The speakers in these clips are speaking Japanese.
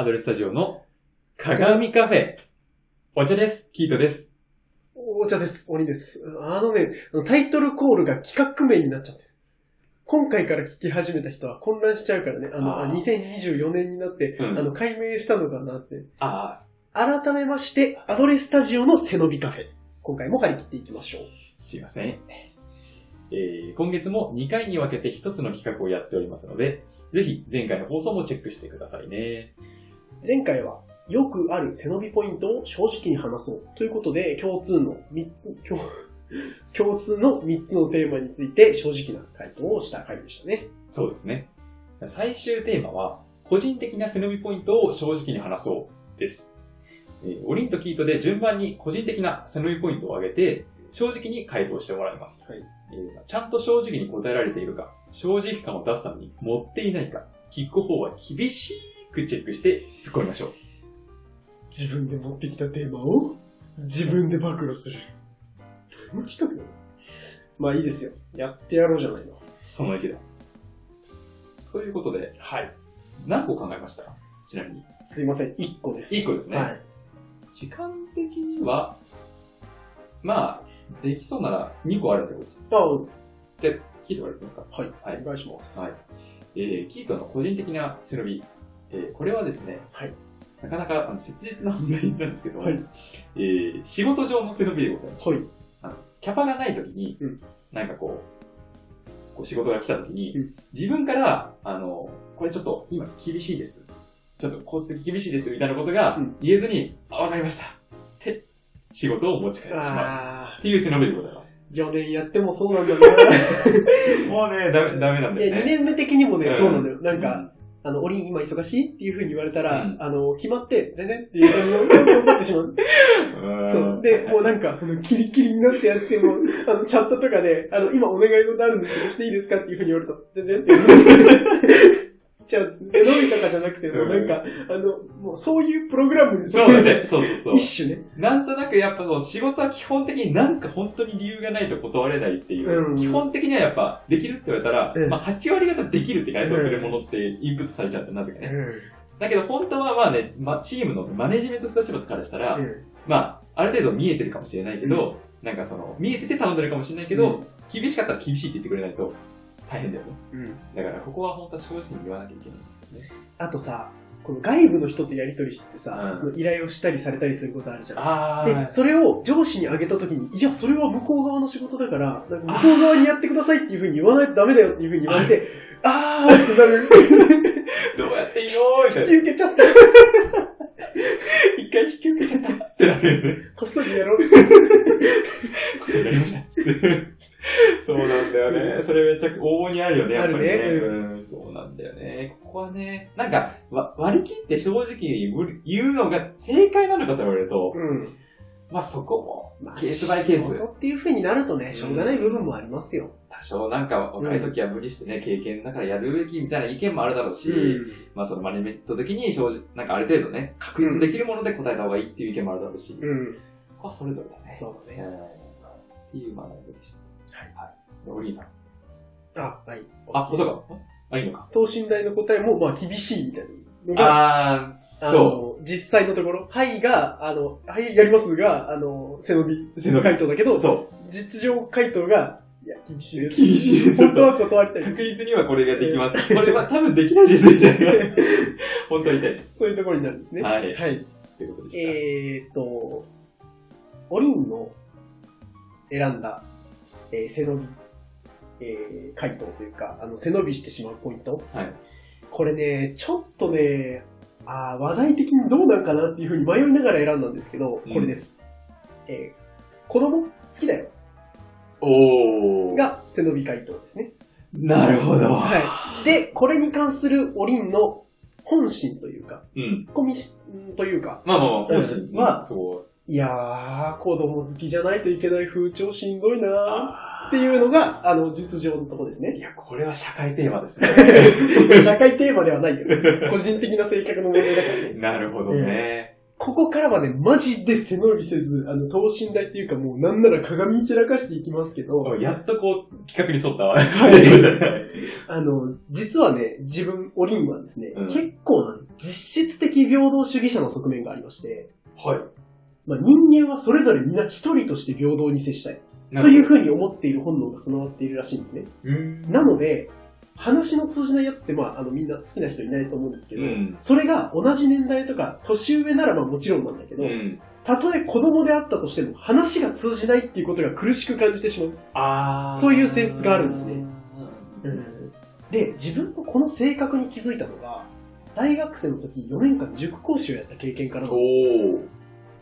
アドレスタジオの鏡カフェ。お茶です。キートです。 お茶です。鬼です。タイトルコールが企画名になっちゃって。今回から聞き始めた人は混乱しちゃうからね。2024年になって、解明したのかなって。改めまして、アドレスタジオの背伸びカフェ。今回も張り切っていきましょう。 すいません。今月も2回に分けて1つの企画をやっておりますので、ぜひ前回の放送もチェックしてくださいね。 前回はよくある背伸びポイントを正直に話そうということで、共通の3つのテーマについて正直な回答をした回でしたね。 そうですね。最終テーマは、個人的な背伸びポイントを正直に話そうです。オリンとキートで順番に個人的な背伸びポイントを挙げて、正直に回答してもらいます。はい。ちゃんと正直に答えられているか、正直感を出すために持っていないか、聞く方は厳しくチェックして突っ込みましょう。 自分で持ってきたテーマを自分で暴露する。どの企画なの？まあいいですよ。やってやろうじゃないの。 その意気だ。ということで、 はい。 何個考えましたか？ちなみに。 すいません、1個です。 1個ですね。 はい。 時間的には、まあ、できそうなら2個あるんで、こっち。じゃあ、キートからいきますか。 はい。はい。お願いします。 はい。キートの個人的な背伸び。これはですね、 はい。 なかなか切実な問題なんですけど、 はい。 仕事上の背伸びでございます。 はい。 キャパがないときに、なんかこう仕事が来たときに、自分から、これちょっと今厳しいです。ちょっとコース的厳しいですみたいなことが言えずに、わかりました。って仕事を持ち帰ってしまう。っていう背伸びでございます。 4年やってもそうなんだな。 もうね、ダメなんだよね。 2年目的にもね、そうなんだよ。なんか、オリン今忙しいっていう風に言われたら、決まって、全然っていう感じになってしまう。そう。で、もうなんか、キリキリになってやっても、チャットとかで、今お願い事あるんですけど、していいですかっていう風に言われると、全然ってしちゃうんですね。背伸びとかじゃなくて、もうなんか、もうそういうプログラムですね。 そうだね。そう。 一種ね。 なんとなくやっぱ仕事は基本的になんか本当に理由がないと断れないっていう。基本的にはやっぱできるって言われたら、まあ8割方できるって回答するものってインプットされちゃってなぜかね。だけど本当はまあね、チームのマネジメント立場からしたら、まあある程度見えてるかもしれないけど、なんか見えてて頼んでるかもしれないけど、厳しかったら厳しいって言ってくれないと、大変だよね。だからここは本当は正直に言わなきゃいけないんですよね。 あとさ、この外部の人とやり取りしてさ、その依頼をしたりされたりすることあるじゃん。で、それを上司にあげたときに、いや、それは向こう側の仕事だから、向こう側にやってくださいっていうふうに言わないとダメだよっていうふうに言われて、あーってなる。 どうやっていいのみたいな。 引き受けちゃった。 一回引き受けちゃったってなるよね。 こっそりやろう。 こっそりやりました。つって。そうなんだよね。それめっちゃ往々にあるよね、やっぱりね。そうなんだよね。ここはね、なんか、割り切って正直に言うのが正解なのかと言われると、まあそこも、ケースバイケース。仕事っていう風になるとね、しょうがない部分もありますよ。 多少なんか若い時は無理してね、経験だからやるべきみたいな意見もあるだろうし、まあそのマネジメント的に正直、なんかある程度ね、確実できるもので答えた方がいいっていう意見もあるだろうし、ここはそれぞれだね。 そうだね。 っていう学びでした。はい。お兄さん。 はい。 そうか。いいのか。 等身大の答えも、まあ厳しいみたいなのが。そう。 実際のところ、はいが、はいやりますが、背伸び回答だけど、実情回答が、いや、厳しいです。 厳しいです。 本当は断りたいです。 確実にはこれができます。これは多分できないです、みたいな。本当は言いたいです。 そういうところになるんですね。 はい。 はい。 ということでした。おりんの選んだ、背伸び、回答というか、背伸びしてしまうポイント。 はい。 これね、ちょっとね、話題的にどうなんかなっていうふうに迷いながら選んだんですけど、これです。子供好きだよ。が背伸び回答ですね。 なるほど。 はい。で、これに関するおりんの本心というか、ツッコミというか、 本心は、 いやー、子供好きじゃないといけない風潮しんどいなーっていうのが、実情のとこですね。 いや、これは社会テーマですね。 社会テーマではないよ。個人的な性格の問題だからね。 なるほどね。 ここからはね、マジで背伸びせず、等身大っていうかもうなんなら鏡散らかしていきますけど。 やっとこう、企画に沿ったわ。 実はね、自分、おりんはですね、結構な実質的非平等主義者の側面がありまして、 はい。 まあ、人間はそれぞれみんな一人として平等に接したい。というふうに思っている本能が備わっているらしいんですね。なので、話の通じないやつって、まあ、みんな好きな人いないと思うんですけど、それが同じ年代とか年上ならばもちろんなんだけど、たとえ子供であったとしても話が通じないっていうことが苦しく感じてしまう。そういう性質があるんですね。で、自分のこの性格に気づいたのが、大学生の時4年間塾講師をやった経験からなんです。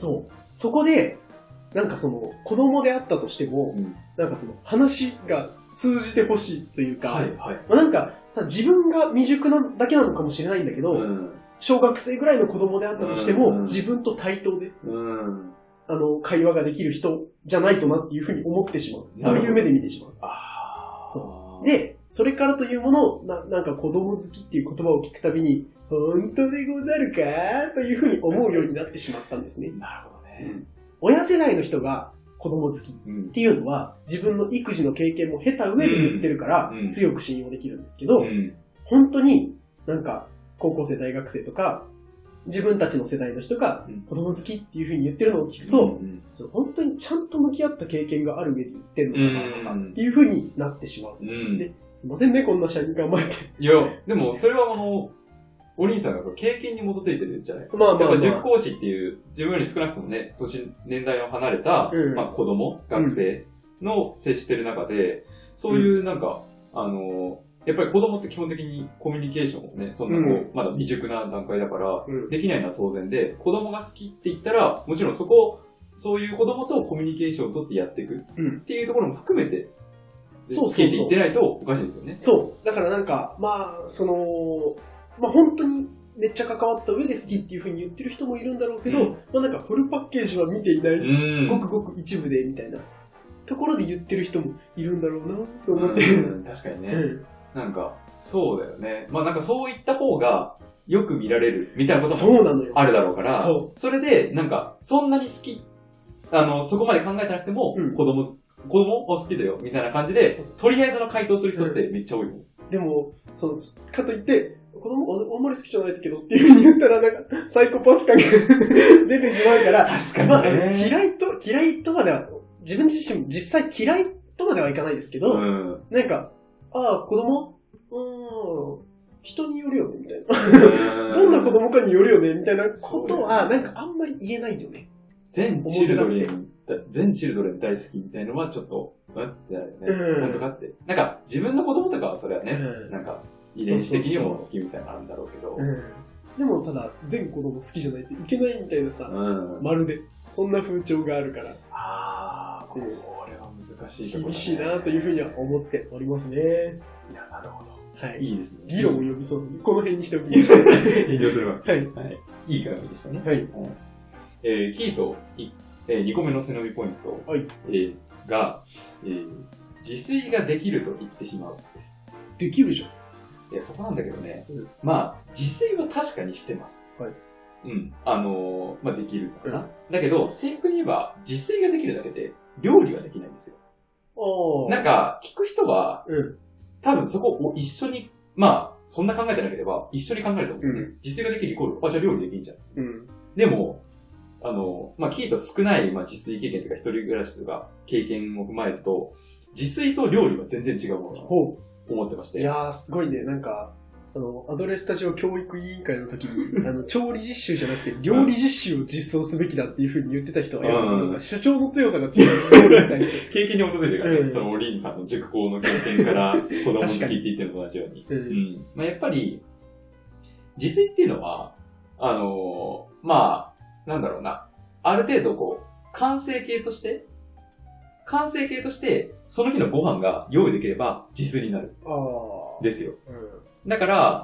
そう。そこで、なんかその子供であったとしても、なんかその話が通じてほしいというか、まあ、なんか自分が未熟なだけなのかもしれないんだけど、小学生ぐらいの子供であったとしても、自分と対等で、会話ができる人じゃないとなっていうふうに思ってしまう。そういう目で見てしまう。そう。で、それからというもの、なんか子供好きっていう言葉を聞くたびに、本当でござるかというふうに思うようになってしまったんですね。 なるほどね。 親世代の人が子供好きっていうのは、自分の育児の経験も経た上で言ってるから、強く信用できるんですけど、本当になんか高校生、大学生とか、自分たちの世代の人が子供好きっていうふうに言ってるのを聞くと、本当にちゃんと向き合った経験がある上で言ってるのかなっていうふうになってしまう。ですいませんね、こんな社員頑張って。 いや、でもそれはお兄さんがその経験に基づいてるじゃないですか。やっぱ塾講師っていう自分より少なくともね、年代の離れた、まあ、子供、学生の接してる中で、そういうなんか、やっぱり子供って基本的にコミュニケーションをね、そんなこう、まだ未熟な段階だから、できないのは当然で、子供が好きって言ったら、もちろんそういう子供とコミュニケーションを取ってやっていくっていうところも含めて、好きって言ってないとおかしいですよね。 そう。だからなんか、まあ、まあ本当にめっちゃ関わった上で好きっていう風に言ってる人もいるんだろうけど、まあなんかフルパッケージは見ていない、ごくごく一部でみたいなところで言ってる人もいるんだろうなと思って。 確かにね。なんか、そうだよね。まあなんかそういった方がよく見られるみたいなこともあるだろうから、それでなんかそんなに好き、そこまで考えてなくても、子供好きだよみたいな感じで、とりあえずの回答する人ってめっちゃ多いもん。 でも、かといって、子供あんまり好きじゃないけどっていう風に言ったらなんかサイコパス感が出てしまうから、 確かに、ね、 まあ、嫌いとまでは、自分自身実際嫌いとまではいかないですけど、なんか、子供人によるよねみたいな。どんな子供かによるよねみたいなことは、なんかあんまり言えないよね。 全チルドレン大好きみたいなのはちょっと、本当かって。なんか自分の子供とかはそれはね、なんか遺伝子的にも好きみたいなのあるんだろうけど。 でもただ、全子供好きじゃないといけないみたいなさ、まるで、そんな風潮があるから。 これは難しいところ、ね。 厳しいなというふうには思っておりますね。いや、なるほど。 はい。 いいですね。 議論を呼びそうに、この辺にしておきましょう。炎上するわ。 はい。 いい鏡でしたね。 はい。 ヒート2個目の背伸びポイントが、自炊ができると言ってしまうです。 できるじゃん。 いや、そこなんだけどね。まあ、自炊は確かにしてます。 はい。 まあ、できるかな。だけど、正確に言えば、自炊ができるだけで、料理はできないんですよ。なんか、聞く人は、多分そこを一緒に、まあ、そんな考えてなければ、一緒に考えると思う。自炊ができるイコール、じゃあ料理できるじゃん。でも、まあ、キーと少ない、まあ、自炊経験とか一人暮らしとか経験を踏まえると、自炊と料理は全然違うものだと思ってまして。 いやー、すごいね。なんか、アドレスタジオ教育委員会の時に、調理実習じゃなくて、料理実習を実装すべきだっていう風に言ってた人は、なんか主張の強さが違う。料理に対して。 経験に基づいてるからね。その、リンさんの塾校の経験から子供に聞いていってるのと同じように。まあ、やっぱり、自炊っていうのは、まあ、なんだろうな。ある程度こう、完成形として、その日のご飯が用意できれば自炊になる。ですよ。だから、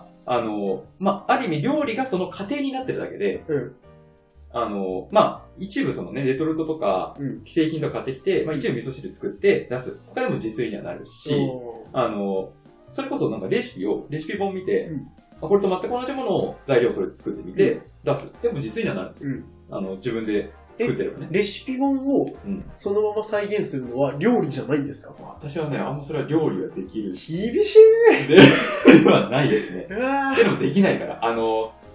まあ、ある意味料理がその過程になってるだけで、まあ、一部そのね、レトルトとか、既製品とか買ってきて、まあ、一部味噌汁作って出すとかでも自炊にはなるし、それこそなんかレシピ本見て、これと全く同じものを材料それで作ってみて、出す。でも自炊にはなるんですよ。自分で作ってるね。 レシピ本をそのまま再現するのは料理じゃないんですか？ 私はね、あんまそれは料理はできる。 厳しいではないですね。でもできないから。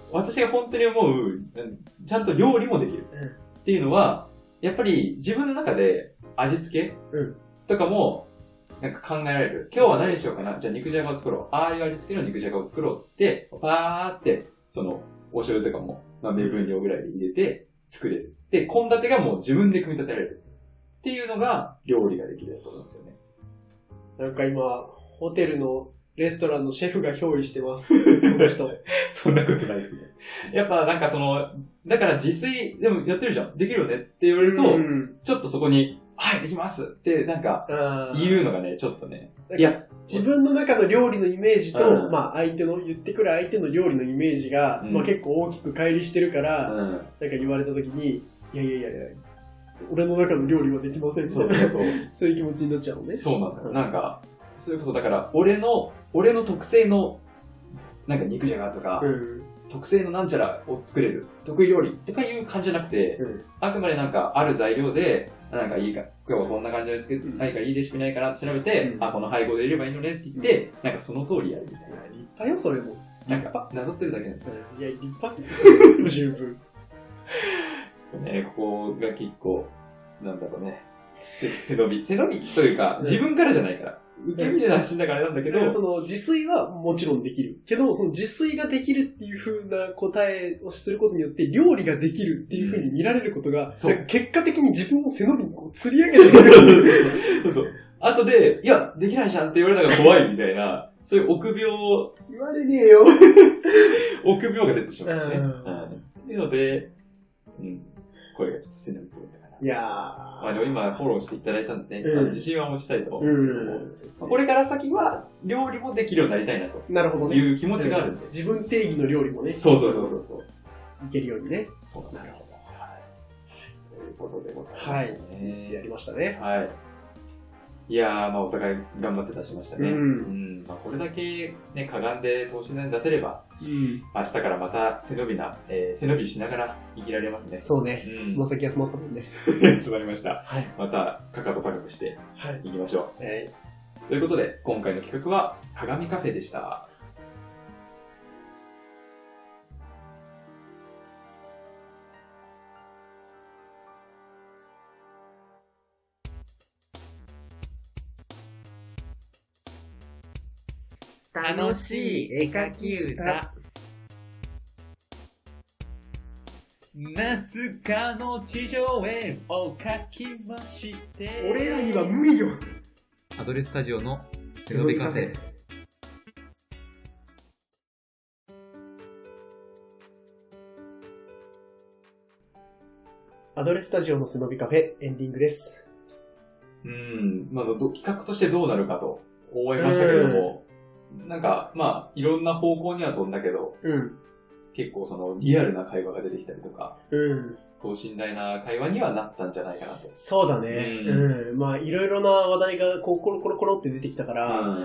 私が本当に思う、ちゃんと料理もできるっていうのは、やっぱり自分の中で味付けとかもなんか考えられる。今日は何しようかな。じゃあ肉じゃがを作ろう。ああいう味付けの肉じゃがを作ろうって、パーって、その、お醤油とかも、まあ、目分量ぐらいで入れて作れる。で、献立がもう自分で組み立てられる。っていうのが料理ができると思うんですよね。 なんか今、ホテルのレストランのシェフが憑依してます。この人。 そんなことないですけど。やっぱなんかその、だから自炊、でもやってるじゃん。できるよねって言われると、ちょっとそこに、はい、できますってなんか言うのがね、ちょっとね。いや、 自分の中の料理のイメージと、まあ相手の、言ってくる相手の料理のイメージが、まあ結構大きく乖離してるから、なんか言われた時に、いや、俺の中の料理はできませんみたいな。そういう気持ちになっちゃうのね。 そうなんだよ。なんか、それこそだから、俺の特製の、なんか肉じゃがとか、特製のなんちゃらを作れる、得意料理とかいう感じじゃなくて、あくまでなんかある材料で、なんかいいか、今日はこんな感じで作って何かいいレシピないかなって調べて、あ、この配合で入れればいいのねって言って、なんかその通りやるみたいな。 立派よ、それも。 なんか、なぞってるだけなんですよ。 いや、立派ですよ、十分。 ちょっとね、ここが結構、なんだろうね、背伸びというか、自分からじゃないから。受け身で発信だからあれなんだけど、 その自炊はもちろんできるけど、その自炊ができるっていう風な答えをすることによって料理ができるっていう風に見られることが、結果的に自分を背伸びにこう釣り上げてくる。 そう。後で、いや、できないじゃんって言われたら怖いみたいな、そういう臆病を。 言われねえよ。 臆病が出てしまうんですね。っていうので、声がちょっと背伸びポイントかな。 いやー。 まあでも今フォローしていただいたんでね、自信は持ちたいと思うんですけども、これから先は料理もできるようになりたいなという気持ちがあるんで。 自分定義の料理もね。 そう。 いけるようにね。 そうなんです。ということでございますね。はい。やりましたね。 はい。いやー、まあお互い頑張って出しましたね。まあこれだけね、かがんで等身大に出せれば、明日からまた背伸びしながら生きられますね。 そうね。つま先が詰まったもんね。 詰まりました。また、かかと高くしていきましょう。ということで、今回の企画は、鏡カフェでした。 楽しい絵描き歌。 ナスカの地上絵を描きまして。 俺らには無理よ。 アドレスタジオの背伸びカフェ。 アドレスタジオの背伸びカフェエンディングです。 まあ、企画としてどうなるかと思いましたけれども、なんか、まあ、いろんな方向には飛んだけど、結構そのリアルな会話が出てきたりとか、等身大な会話にはなったんじゃないかなと。 そうだね。まあ、いろいろな話題がこうコロコロコロって出てきたから、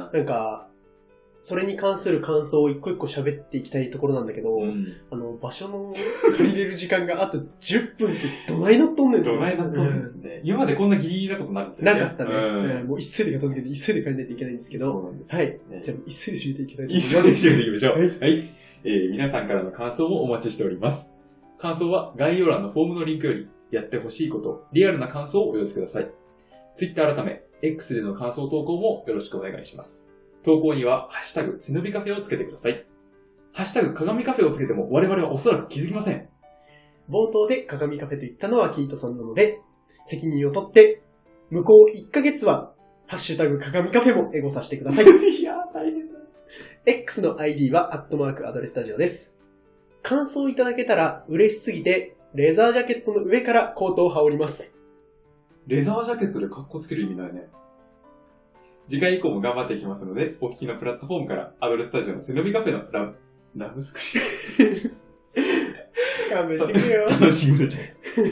なんか、それに関する感想を一個一個喋っていきたいところなんだけど、場所の借りれる時間があと10分ってどないなっとんねん。 どないなっとんねんですね。今までこんなギリギリなことなかったね。なかったね。もう急いで片付けて急いで帰らないといけないんですけど。 そうなんです。 はい。じゃあ、急いで締めていきたいと思います。 急いで締めていきましょう。はい。皆さんからの感想もお待ちしております。感想は概要欄のフォームのリンクより、やってほしいこと、リアルな感想をお寄せください。Twitter 改め、X での感想投稿もよろしくお願いします。投稿には、ハッシュタグ、背伸びカフェをつけてください。ハッシュタグ、鏡カフェをつけても我々はおそらく気づきません。 冒頭で鏡カフェと言ったのはキートさんなので、責任を取って、向こう1ヶ月は、ハッシュタグ、鏡カフェもエゴさせてください。 いやー、大変だ。 X の ID は、アドレスタジオです。感想いただけたら嬉しすぎて、レザージャケットの上からコートを羽織ります。 レザージャケットでカッコつける意味ないね。次回以降も頑張っていきますので、お聞きのプラットフォームからアドレスタジオの背伸びカフェのラブスクリーン。 勘弁してくれよ。 楽しみだじゃん。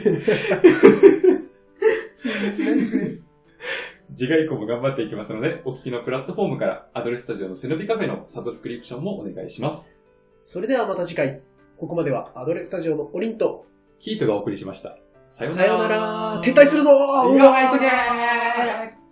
次回以降も頑張っていきますので、お聞きのプラットフォームからアドレスタジオの背伸びカフェのサブスクリプションもお願いします。 それではまた次回。ここまではアドレスタジオのオリンとキートがお送りしました。さようなら。撤退するぞー。 うわー、急げー。